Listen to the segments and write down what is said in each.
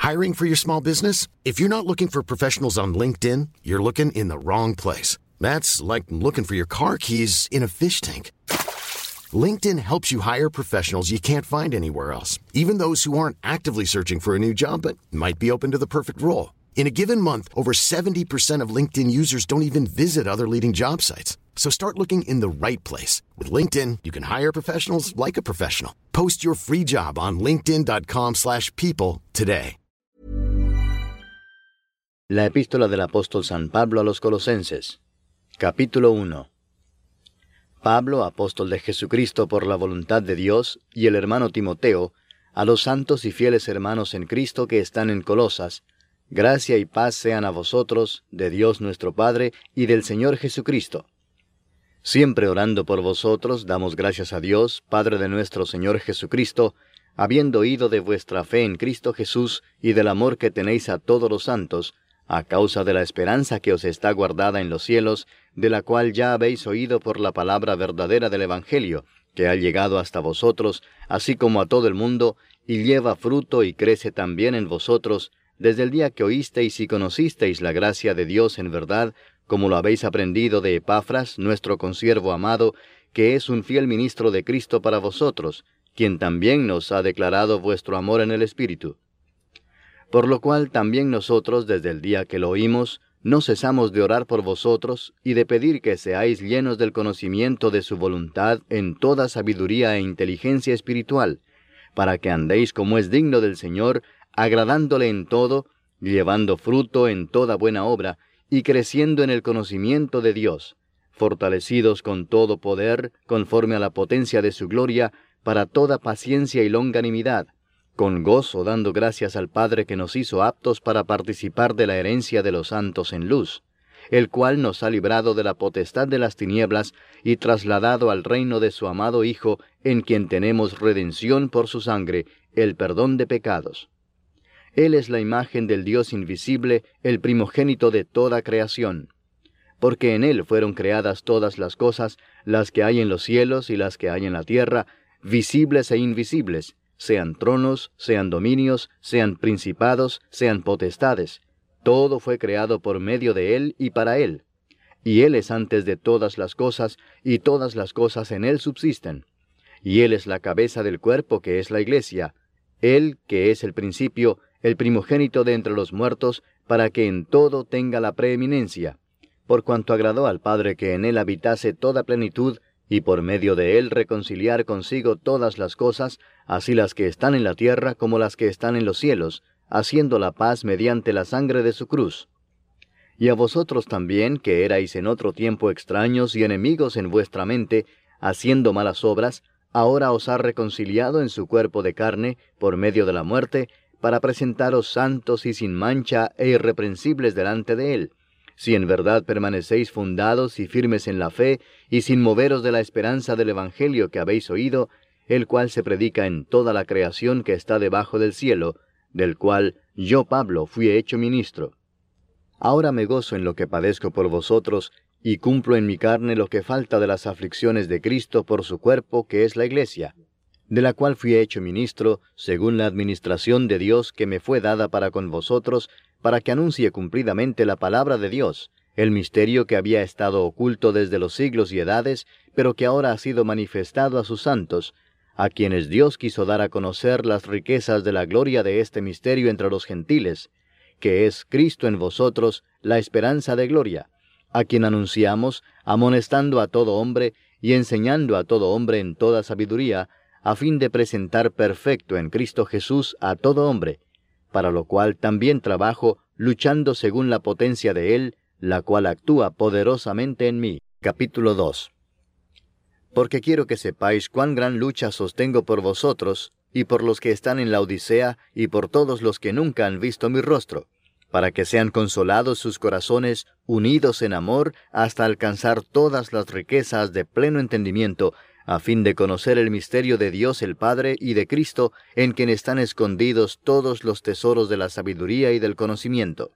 Hiring for your small business? If you're not looking for professionals on LinkedIn, you're looking in the wrong place. That's like looking for your car keys in a fish tank. LinkedIn helps you hire professionals you can't find anywhere else, even those who aren't actively searching for a new job but might be open to the perfect role. In a given month, over 70% of LinkedIn users don't even visit other leading job sites. So start looking in the right place. With LinkedIn, you can hire professionals like a professional. Post your free job on linkedin.com/people today. La epístola del apóstol San Pablo a los Colosenses. Capítulo 1. Pablo, apóstol de Jesucristo por la voluntad de Dios, y el hermano Timoteo, a los santos y fieles hermanos en Cristo que están en Colosas, gracia y paz sean a vosotros, de Dios nuestro Padre y del Señor Jesucristo. Siempre orando por vosotros, damos gracias a Dios, Padre de nuestro Señor Jesucristo, habiendo oído de vuestra fe en Cristo Jesús y del amor que tenéis a todos los santos, a causa de la esperanza que os está guardada en los cielos, de la cual ya habéis oído por la palabra verdadera del Evangelio, que ha llegado hasta vosotros, así como a todo el mundo, y lleva fruto y crece también en vosotros, desde el día que oísteis y conocisteis la gracia de Dios en verdad, como lo habéis aprendido de Epafras, nuestro consiervo amado, que es un fiel ministro de Cristo para vosotros, quien también nos ha declarado vuestro amor en el Espíritu. Por lo cual también nosotros, desde el día que lo oímos, no cesamos de orar por vosotros y de pedir que seáis llenos del conocimiento de su voluntad en toda sabiduría e inteligencia espiritual, para que andéis como es digno del Señor, agradándole en todo, llevando fruto en toda buena obra, y creciendo en el conocimiento de Dios, fortalecidos con todo poder, conforme a la potencia de su gloria, para toda paciencia y longanimidad, con gozo dando gracias al Padre que nos hizo aptos para participar de la herencia de los santos en luz, el cual nos ha librado de la potestad de las tinieblas y trasladado al reino de su amado Hijo, en quien tenemos redención por su sangre, el perdón de pecados. Él es la imagen del Dios invisible, el primogénito de toda creación. Porque en Él fueron creadas todas las cosas, las que hay en los cielos y las que hay en la tierra, visibles e invisibles, sean tronos, sean dominios, sean principados, sean potestades. Todo fue creado por medio de Él y para Él. Y Él es antes de todas las cosas, y todas las cosas en Él subsisten. Y Él es la cabeza del cuerpo que es la Iglesia. Él, que es el principio, el primogénito de entre los muertos, para que en todo tenga la preeminencia, por cuanto agradó al Padre que en Él habitase toda plenitud, y por medio de Él reconciliar consigo todas las cosas, así las que están en la tierra como las que están en los cielos, haciendo la paz mediante la sangre de su cruz. Y a vosotros también, que erais en otro tiempo extraños y enemigos en vuestra mente, haciendo malas obras, ahora os ha reconciliado en su cuerpo de carne, por medio de la muerte, para presentaros santos y sin mancha e irreprensibles delante de Él, si en verdad permanecéis fundados y firmes en la fe, y sin moveros de la esperanza del Evangelio que habéis oído, el cual se predica en toda la creación que está debajo del cielo, del cual yo, Pablo, fui hecho ministro. Ahora me gozo en lo que padezco por vosotros, y cumplo en mi carne lo que falta de las aflicciones de Cristo por su cuerpo, que es la Iglesia, de la cual fui hecho ministro, según la administración de Dios que me fue dada para con vosotros, para que anuncie cumplidamente la palabra de Dios, el misterio que había estado oculto desde los siglos y edades, pero que ahora ha sido manifestado a sus santos, a quienes Dios quiso dar a conocer las riquezas de la gloria de este misterio entre los gentiles, que es Cristo en vosotros, la esperanza de gloria, a quien anunciamos, amonestando a todo hombre y enseñando a todo hombre en toda sabiduría, a fin de presentar perfecto en Cristo Jesús a todo hombre, para lo cual también trabajo, luchando según la potencia de Él, la cual actúa poderosamente en mí. Capítulo 2. Porque quiero que sepáis cuán gran lucha sostengo por vosotros, y por los que están en la Odisea, y por todos los que nunca han visto mi rostro, para que sean consolados sus corazones, unidos en amor, hasta alcanzar todas las riquezas de pleno entendimiento, a fin de conocer el misterio de Dios el Padre y de Cristo, en quien están escondidos todos los tesoros de la sabiduría y del conocimiento.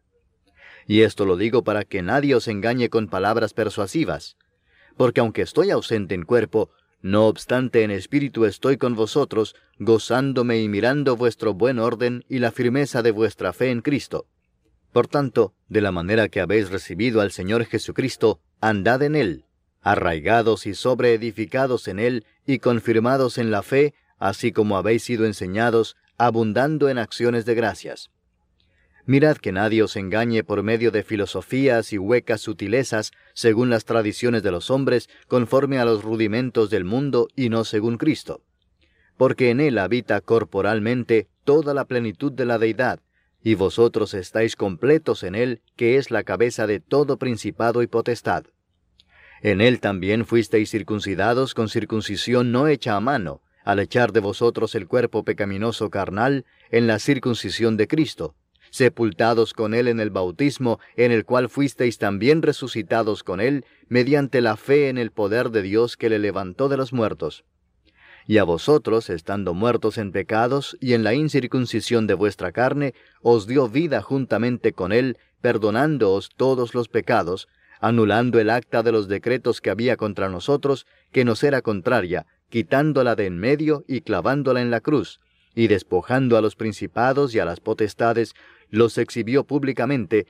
Y esto lo digo para que nadie os engañe con palabras persuasivas, porque aunque estoy ausente en cuerpo, No obstante, en espíritu estoy con vosotros, gozándome y mirando vuestro buen orden y la firmeza de vuestra fe en Cristo. Por tanto, de la manera que habéis recibido al Señor Jesucristo, andad en Él, arraigados y sobreedificados en Él y confirmados en la fe, así como habéis sido enseñados, abundando en acciones de gracias. Mirad que nadie os engañe por medio de filosofías y huecas sutilezas, según las tradiciones de los hombres, conforme a los rudimentos del mundo y no según Cristo. Porque en Él habita corporalmente toda la plenitud de la deidad, y vosotros estáis completos en Él, que es la cabeza de todo principado y potestad. En Él también fuisteis circuncidados con circuncisión no hecha a mano, al echar de vosotros el cuerpo pecaminoso carnal en la circuncisión de Cristo, sepultados con Él en el bautismo, en el cual fuisteis también resucitados con Él, mediante la fe en el poder de Dios que le levantó de los muertos. Y a vosotros, estando muertos en pecados y en la incircuncisión de vuestra carne, os dio vida juntamente con Él, perdonándoos todos los pecados, anulando el acta de los decretos que había contra nosotros, que nos era contraria, quitándola de en medio y clavándola en la cruz, y despojando a los principados y a las potestades, los exhibió públicamente.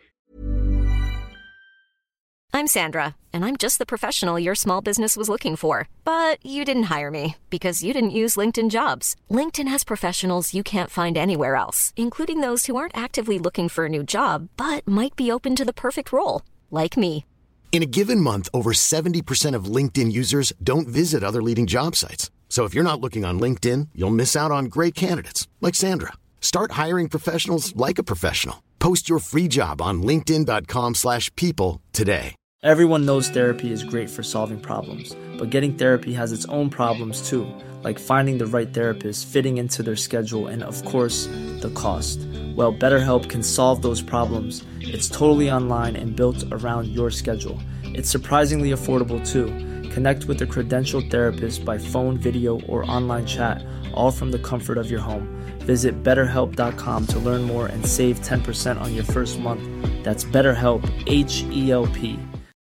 I'm Sandra, and I'm just the professional your small business was looking for. But you didn't hire me, because you didn't use LinkedIn Jobs. LinkedIn has professionals you can't find anywhere else, including those who aren't actively looking for a new job, but might be open to the perfect role, like me. In a given month, over 70% of LinkedIn users don't visit other leading job sites. So if you're not looking on LinkedIn, you'll miss out on great candidates, like Sandra. Start hiring professionals like a professional. Post your free job on linkedin.com/people today. Everyone knows therapy is great for solving problems, but getting therapy has its own problems too, like finding the right therapist, fitting into their schedule, and of course, the cost. Well, BetterHelp can solve those problems. It's totally online and built around your schedule. It's surprisingly affordable too. Connect with a credentialed therapist by phone, video, or online chat, all from the comfort of your home. Visit BetterHelp.com to learn more and save 10% on your first month. That's BetterHelp, H-E-L-P.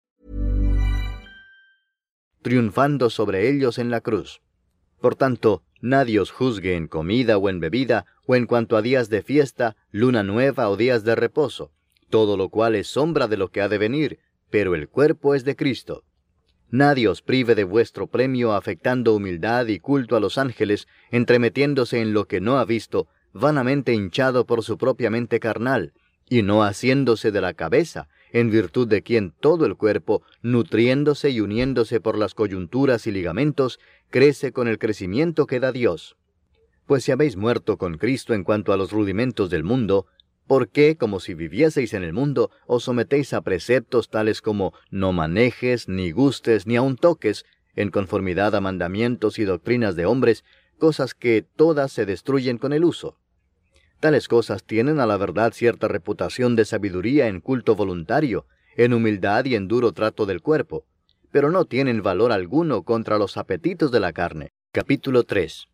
Triunfando sobre ellos en la cruz. Por tanto, nadie os juzgue en comida o en bebida, o en cuanto a días de fiesta, luna nueva o días de reposo, todo lo cual es sombra de lo que ha de venir, pero el cuerpo es de Cristo. Nadie os prive de vuestro premio afectando humildad y culto a los ángeles, entremetiéndose en lo que no ha visto, vanamente hinchado por su propia mente carnal, y no haciéndose de la cabeza, en virtud de quien todo el cuerpo, nutriéndose y uniéndose por las coyunturas y ligamentos, crece con el crecimiento que da Dios. Pues si habéis muerto con Cristo en cuanto a los rudimentos del mundo, ¿por qué, como si vivieseis en el mundo, os sometéis a preceptos tales como no manejes, ni gustes, ni aun toques, en conformidad a mandamientos y doctrinas de hombres, cosas que todas se destruyen con el uso? Tales cosas tienen a la verdad cierta reputación de sabiduría en culto voluntario, en humildad y en duro trato del cuerpo, pero no tienen valor alguno contra los apetitos de la carne. Capítulo 3.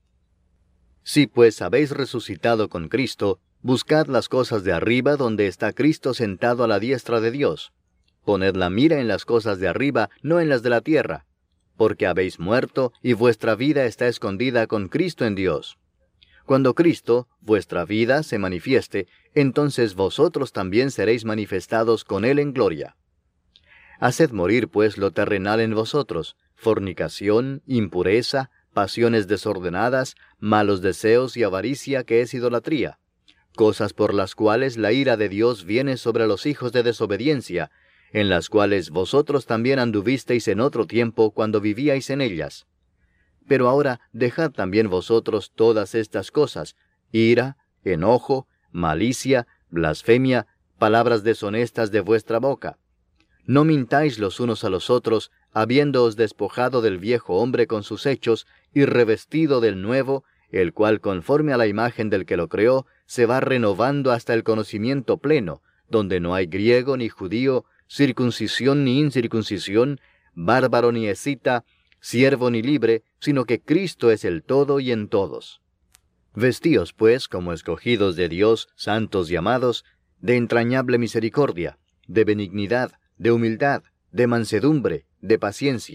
Si pues habéis resucitado con Cristo, buscad las cosas de arriba donde está Cristo sentado a la diestra de Dios. Poned la mira en las cosas de arriba, no en las de la tierra, porque habéis muerto y vuestra vida está escondida con Cristo en Dios. Cuando Cristo, vuestra vida, se manifieste, entonces vosotros también seréis manifestados con Él en gloria. Haced morir pues lo terrenal en vosotros, fornicación, impureza, pasiones desordenadas, malos deseos y avaricia, que es idolatría, cosas por las cuales la ira de Dios viene sobre los hijos de desobediencia, en las cuales vosotros también anduvisteis en otro tiempo cuando vivíais en ellas. Pero ahora dejad también vosotros todas estas cosas: ira, enojo, malicia, blasfemia, palabras deshonestas de vuestra boca. No mintáis los unos a los otros, habiéndoos despojado del viejo hombre con sus hechos, y revestido del nuevo, el cual conforme a la imagen del que lo creó, se va renovando hasta el conocimiento pleno, donde no hay griego ni judío, circuncisión ni incircuncisión, bárbaro ni escita, siervo ni libre, sino que Cristo es el todo y en todos. Vestíos, pues, como escogidos de Dios, santos y amados, de entrañable misericordia, de benignidad, de humildad, de mansedumbre, de paciencia,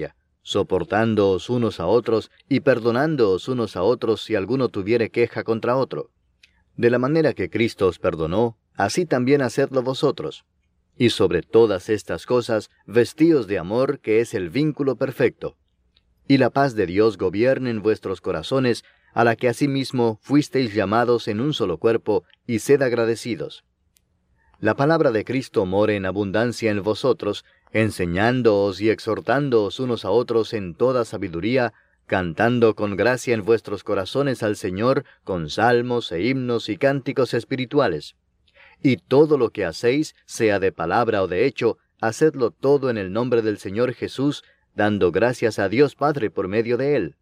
soportándoos unos a otros y perdonándoos unos a otros si alguno tuviere queja contra otro. De la manera que Cristo os perdonó, así también hacedlo vosotros. Y sobre todas estas cosas, vestíos de amor, que es el vínculo perfecto. Y la paz de Dios gobierne en vuestros corazones, a la que asimismo fuisteis llamados en un solo cuerpo, y sed agradecidos. La palabra de Cristo more en abundancia en vosotros, enseñándoos y exhortándoos unos a otros en toda sabiduría, cantando con gracia en vuestros corazones al Señor con salmos e himnos y cánticos espirituales. Y todo lo que hacéis, sea de palabra o de hecho, hacedlo todo en el nombre del Señor Jesús, dando gracias a Dios Padre por medio de Él.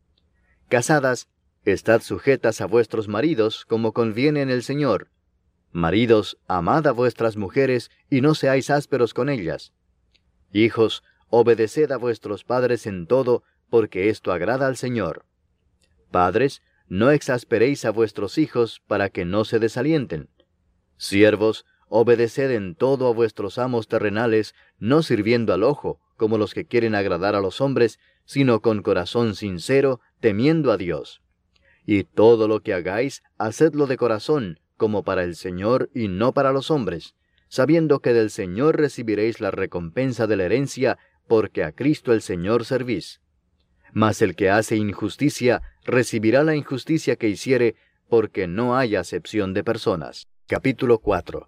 Casadas, estad sujetas a vuestros maridos como conviene en el Señor. Maridos, amad a vuestras mujeres y no seáis ásperos con ellas. Hijos, obedeced a vuestros padres en todo, porque esto agrada al Señor. Padres, no exasperéis a vuestros hijos para que no se desalienten. Siervos, obedeced en todo a vuestros amos terrenales, no sirviendo al ojo, como los que quieren agradar a los hombres, sino con corazón sincero, temiendo a Dios. Y todo lo que hagáis, hacedlo de corazón, como para el Señor y no para los hombres, sabiendo que del Señor recibiréis la recompensa de la herencia, porque a Cristo el Señor servís. Mas el que hace injusticia, recibirá la injusticia que hiciere, porque no hay acepción de personas. Capítulo 4.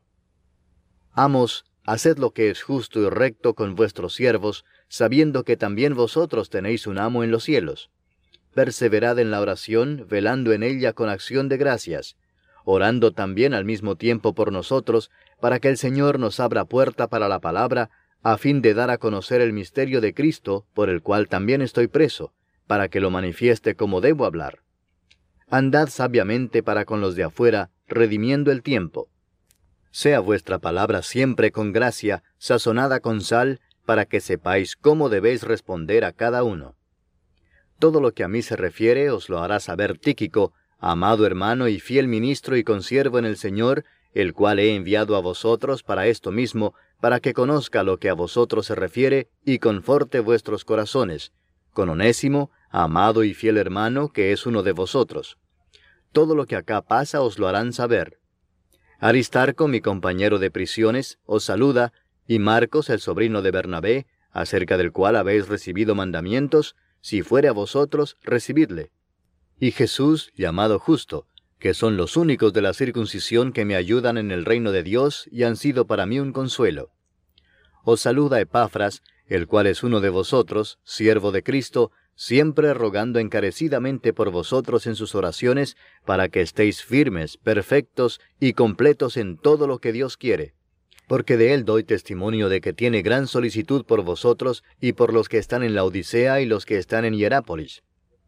Amos, haced lo que es justo y recto con vuestros siervos, sabiendo que también vosotros tenéis un amo en los cielos. Perseverad en la oración, velando en ella con acción de gracias, orando también al mismo tiempo por nosotros, para que el Señor nos abra puerta para la palabra, a fin de dar a conocer el misterio de Cristo, por el cual también estoy preso, para que lo manifieste como debo hablar. Andad sabiamente para con los de afuera, redimiendo el tiempo. Sea vuestra palabra siempre con gracia, sazonada con sal, para que sepáis cómo debéis responder a cada uno. Todo lo que a mí se refiere os lo hará saber Tíquico, amado hermano y fiel ministro y consiervo en el Señor, el cual he enviado a vosotros para esto mismo, para que conozca lo que a vosotros se refiere y conforte vuestros corazones, con Onésimo, amado y fiel hermano, que es uno de vosotros. Todo lo que acá pasa os lo harán saber. Aristarco, mi compañero de prisiones, os saluda, y Marcos, el sobrino de Bernabé, acerca del cual habéis recibido mandamientos, si fuere a vosotros, recibidle. Y Jesús, llamado Justo, que son los únicos de la circuncisión que me ayudan en el reino de Dios y han sido para mí un consuelo. Os saluda Epafras, el cual es uno de vosotros, siervo de Cristo, siempre rogando encarecidamente por vosotros en sus oraciones, para que estéis firmes, perfectos y completos en todo lo que Dios quiere. Porque de él doy testimonio de que tiene gran solicitud por vosotros y por los que están en la Odisea y los que están en Hierápolis.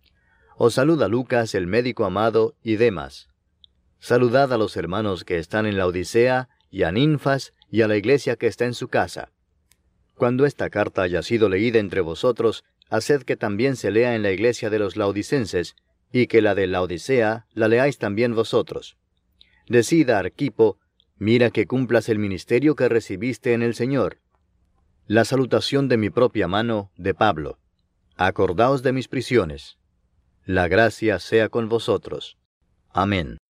Os saluda Lucas, el médico amado, y Demas. Saludad a los hermanos que están en la Odisea, y a Ninfas, y a la iglesia que está en su casa. Cuando esta carta haya sido leída entre vosotros, haced que también se lea en la iglesia de los laodicenses, y que la de la Odisea la leáis también vosotros. Decid a Arquipo, mira que cumplas el ministerio que recibiste en el Señor. La salutación de mi propia mano, de Pablo. Acordaos de mis prisiones. La gracia sea con vosotros. Amén.